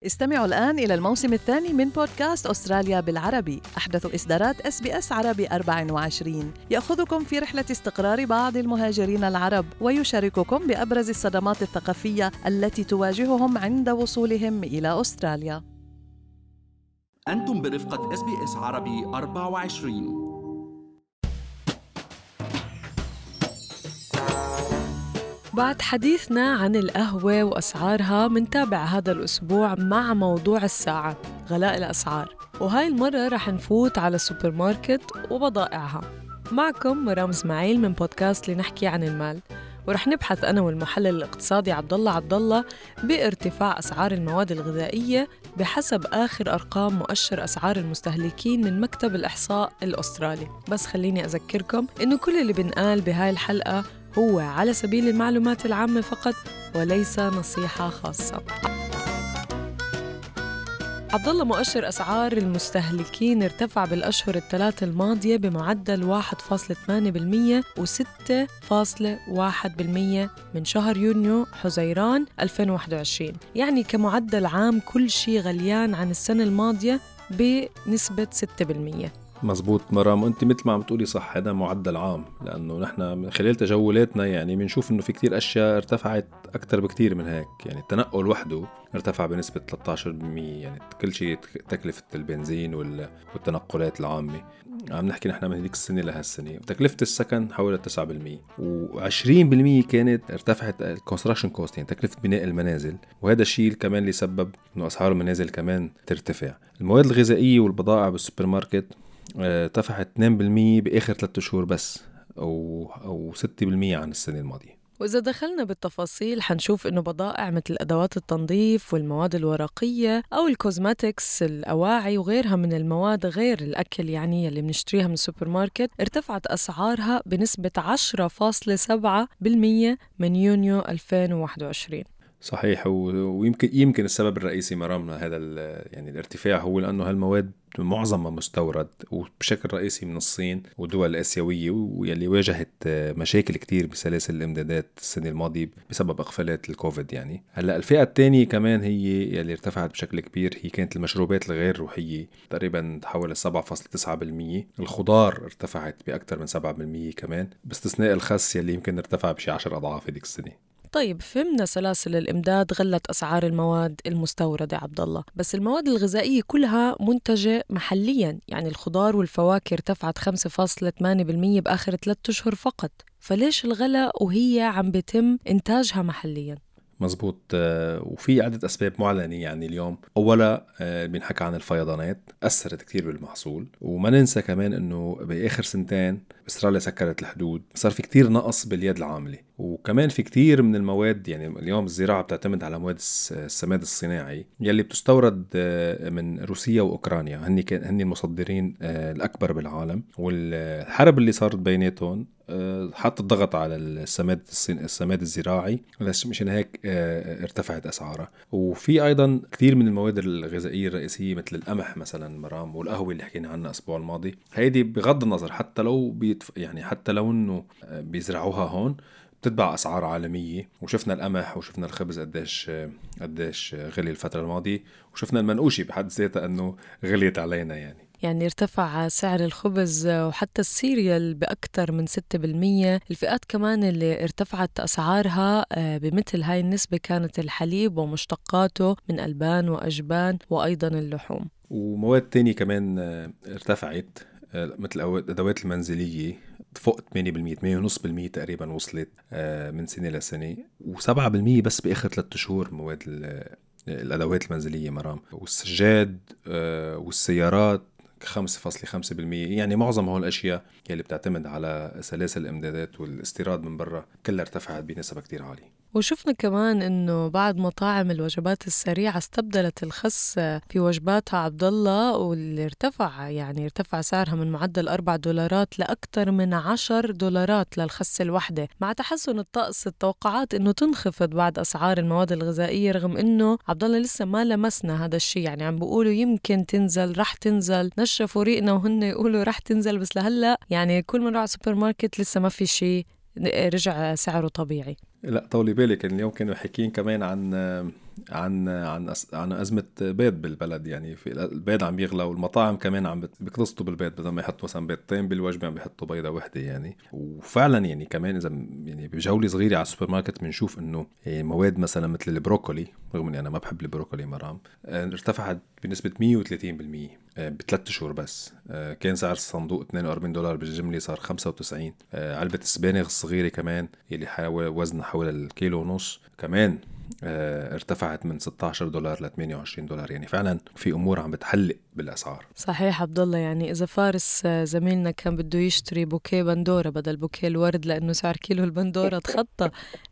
استمعوا الآن إلى الموسم الثاني من بودكاست أستراليا بالعربي، أحدث إصدارات SBS عربي 24، يأخذكم في رحلة استقرار بعض المهاجرين العرب ويشارككم بأبرز الصدمات الثقافية التي تواجههم عند وصولهم إلى أستراليا. أنتم برفقة SBS عربي 24. بعد حديثنا عن القهوة وأسعارها منتابع هذا الأسبوع مع موضوع الساعة غلاء الأسعار، وهاي المرة رح نفوت على السوبر ماركت وبضائعها. معكم مرام إسماعيل من بودكاست لنحكي عن المال، ورح نبحث أنا والمحلل الاقتصادي عبد الله بارتفاع أسعار المواد الغذائية بحسب آخر أرقام مؤشر أسعار المستهلكين من مكتب الإحصاء الأسترالي. بس خليني أذكركم إنه كل اللي بنقال بهاي الحلقة هو على سبيل المعلومات العامة فقط وليس نصيحة خاصة. عبد الله، مؤشر أسعار المستهلكين ارتفع بالأشهر الثلاثة الماضية بمعدل 1.8% و6.1% من شهر يونيو حزيران 2021، يعني كمعدل عام كل شيء غليان عن السنة الماضية بنسبة 6%. مزبوط مرام، وانت مثل ما عم تقولي صح، هذا معدل عام، لأنه نحن من خلال تجولاتنا يعني بنشوف إنه في كتير أشياء ارتفعت أكتر بكتير من هيك. يعني التنقل وحده ارتفع بنسبة 13%، يعني كل شيء تكلفة البنزين والتنقلات العامة. عم نحكي نحن من هذيك السنة لهالسنة. تكلفة السكن حوالي 9%، و20% كانت ارتفعت الكونستراكشن كوست، يعني تكلفة بناء المنازل، وهذا الشيء كمان اللي سبب إنه أسعار المنازل كمان ترتفع. المواد الغذائية والبضائع بالسوبر ماركت ارتفعت 2% بآخر 3 شهور بس، أو 6% عن السنة الماضية. وإذا دخلنا بالتفاصيل حنشوف إنه بضائع مثل أدوات التنظيف والمواد الورقية أو الكوزماتكس، الأواعي وغيرها من المواد غير الأكل يعني اللي بنشتريها من السوبر ماركت، ارتفعت أسعارها بنسبة 10.7% من يونيو 2021. صحيح، ويمكن السبب الرئيسي مرام هذا يعني الارتفاع هو لأنه هالمواد معظمها مستورد وبشكل رئيسي من الصين والدول الآسيوية، واللي واجهت مشاكل كتير بسلاسل الإمدادات السنة الماضية بسبب إقفالات الكوفيد. يعني هلأ الفئة الثانية كمان هي اللي ارتفعت بشكل كبير، هي كانت المشروبات الغير روحية، تقريبا تحول 7.9%. الخضار ارتفعت بأكثر من 7% كمان، باستثناء الخس يلي يمكن ارتفع بشي 10 أضعاف هذيك السنة. طيب، فهمنا سلاسل الإمداد غلت أسعار المواد المستوردة عبد الله، بس المواد الغذائية كلها منتجة محلياً، يعني الخضار والفواكه ارتفعت 5.8% بآخر 3 أشهر فقط، فليش الغلا وهي عم بيتم إنتاجها محلياً؟ مزبوط، وفي عدة أسباب معلنة. يعني اليوم أولا بنحكي عن الفيضانات أثرت كتير بالمحصول، وما ننسى كمان أنه بآخر سنتين أستراليا سكرت الحدود، صار في كتير نقص باليد العاملة، وكمان في كتير من المواد. يعني اليوم الزراعة بتعتمد على مواد السماد الصناعي يلي بتستورد من روسيا وأوكرانيا، هني المصدرين الأكبر بالعالم، والحرب اللي صارت بيناتهم حط الضغط على السماد الزراعي، مشان هيك ارتفعت أسعارها. وفي أيضا كثير من المواد الغذائية الرئيسية مثل القمح مثلا مرام، والقهوة اللي حكينا عنها الأسبوع الماضي، هيدي بغض النظر حتى لو إنه بيزرعوها هون بتتبع أسعار عالمية. وشفنا القمح وشفنا الخبز قديش غلي الفترة الماضية، وشفنا المنقوشي بحد ذاتها أنه غليت علينا. يعني ارتفع سعر الخبز وحتى السيريال بأكثر من 6%. الفئات كمان اللي ارتفعت أسعارها بمثل هاي النسبة كانت الحليب ومشتقاته من ألبان وأجبان، وأيضا اللحوم. ومواد تانية كمان ارتفعت مثل الأدوات المنزلية فوق 8%، 8.5% تقريبا وصلت من سنة لسنة، و7% بس بآخر 3 شهور مواد الأدوات المنزلية مرام. والسجاد والسيارات 5.5%. يعني معظم هول الأشياء اللي بتعتمد على سلاسل الإمدادات والاستيراد من برا كلها ارتفعت بنسبة كتير عالية. وشفنا كمان إنه بعد مطاعم الوجبات السريعة استبدلت الخس في وجباتها عبد الله، واللي ارتفع سعرها من معدل $4 لأكثر من $10 للخس الوحدة. مع تحسن الطقس التوقعات إنه تنخفض بعد أسعار المواد الغذائية، رغم إنه عبد الله لسه ما لمسنا هذا الشيء. يعني عم بيقولوا يمكن تنزل، رح تنزل، نشفوا ريقنا وهن يقولوا رح تنزل، بس لهلا يعني كل ما نروح على السوبر ماركت لسه ما في شيء رجع سعره طبيعي. لا طولي بالك، اليوم كانوا حكين كمان عن عن أزمة بيض بالبلد. يعني في البيض عم يغلى، والمطاعم كمان عم بيقتصدوا بالبيض، بدل ما يحطوا مثلا بيضتين بالوجبة عم بيحطوا بيضة واحدة يعني. وفعلا يعني كمان إذا يعني بجولة صغيرة على السوبر ماركت بنشوف إنه مواد مثلا مثل البروكولي، رغم إني أنا ما بحب البروكولي مرام، ارتفعت بنسبة 130% ب3 شهور بس. كان سعر الصندوق $42 بالجملة صار 95. علبة السبانغ الصغيرة كمان اللي وزنها حول الكيلو ونص كمان ارتفعت من $16 ل $28. يعني فعلا في أمور عم بتحلق بالأسعار. صحيح عبد الله. يعني إذا فارس زميلنا كان بده يشتري بوكيه بندورة بدل بوكيه الورد لأنه سعر كيلو البندورة تخطى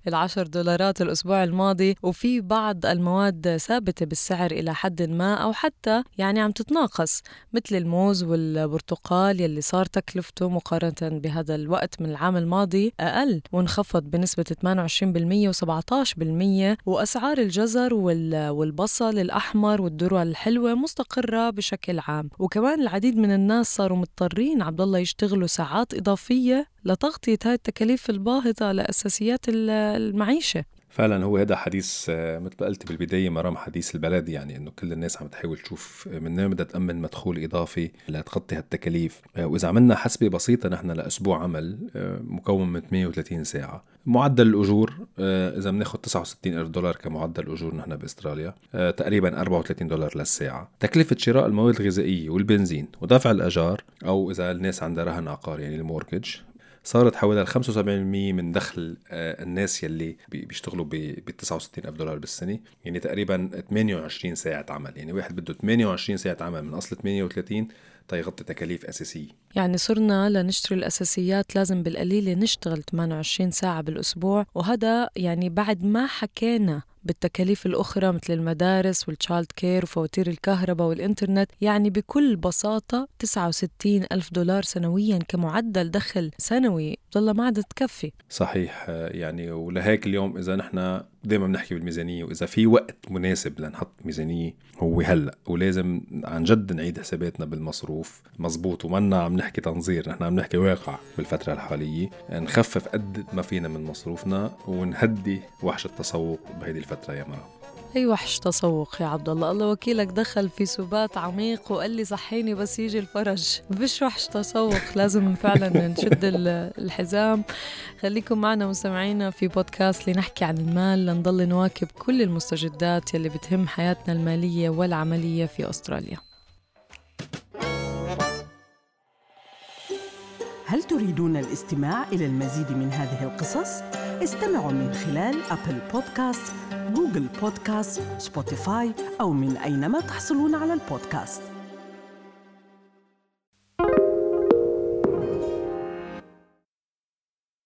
$10 الأسبوع الماضي، وفي بعض المواد ثابتة بالسعر إلى حد ما أو حتى يعني عم تتناقص، مثل الموز والبرتقال يلي صار تكلفته مقارنة بهذا الوقت من العام الماضي أقل وانخفض بنسبة 28% و17%. وأسعار الجزر والبصل الأحمر والذرة الحلوة مستقرة بشكل عام. وكمان العديد من الناس صاروا مضطرين عبد الله يشتغلوا ساعات إضافية لتغطية هاي التكاليف الباهظة لأساسيات المعيشة. فعلا هو هذا حديث مثل ما قلت بالبداية مرام، حديث البلد. يعني انه كل الناس عم تحاول تشوف من وين بدها تأمن مدخول إضافي لتغطي هالتكاليف. وإذا عملنا حسبة بسيطة نحن لأسبوع عمل مكون من 38 ساعة، معدل الأجور إذا بناخد $69,000 كمعدل أجور نحن بأستراليا، تقريبا $34 للساعة. تكلفة شراء المواد الغذائية والبنزين ودفع الأجار، أو إذا الناس عندها رهن عقار يعني المورجج، صارت حوالي 75% من دخل الناس يلي بيشتغلوا $69,000 بالسنة. يعني تقريبا 28 ساعة عمل. يعني واحد بده 28 ساعة عمل من أصل 38 تيغطي تكاليف أساسية. يعني صرنا لنشتري الأساسيات لازم بالقليل نشتغل 28 ساعة بالأسبوع، وهذا يعني بعد ما حكينا بالتكاليف الأخرى مثل المدارس والتشايلد كير وفواتير الكهرباء والإنترنت. يعني بكل بساطة $69,000 سنويا كمعدل دخل سنوي ضل ما عاد تكفي. صحيح. يعني ولهيك اليوم إذا نحن دائما بنحكي بالميزانية، وإذا في وقت مناسب لنحط ميزانية هو هلأ، ولازم عن جد نعيد حساباتنا بالمصروف مزبوط. ومنا عم نحكي تنظير، نحن عم نحكي واقع بالفترة الحالية. نخفف قد ما فينا من مصروفنا ونهدي وحش التسوق بهذه الفترة يا مرام. أي وحش تسوق يا عبد الله. الله وكيلك دخل في سبات عميق وقال لي صحيني بس يجي الفرج. مفيش وحش تسوق، لازم فعلا نشد الحزام. خليكم معنا مستمعينا في بودكاست لنحكي عن المال، لنضل نواكب كل المستجدات يلي بتهم حياتنا المالية والعملية في أستراليا. هل تريدون الاستماع إلى المزيد من هذه القصص؟ استمعوا من خلال أبل بودكاست، جوجل بودكاست، سبوتيفاي أو من أينما تحصلون على البودكاست.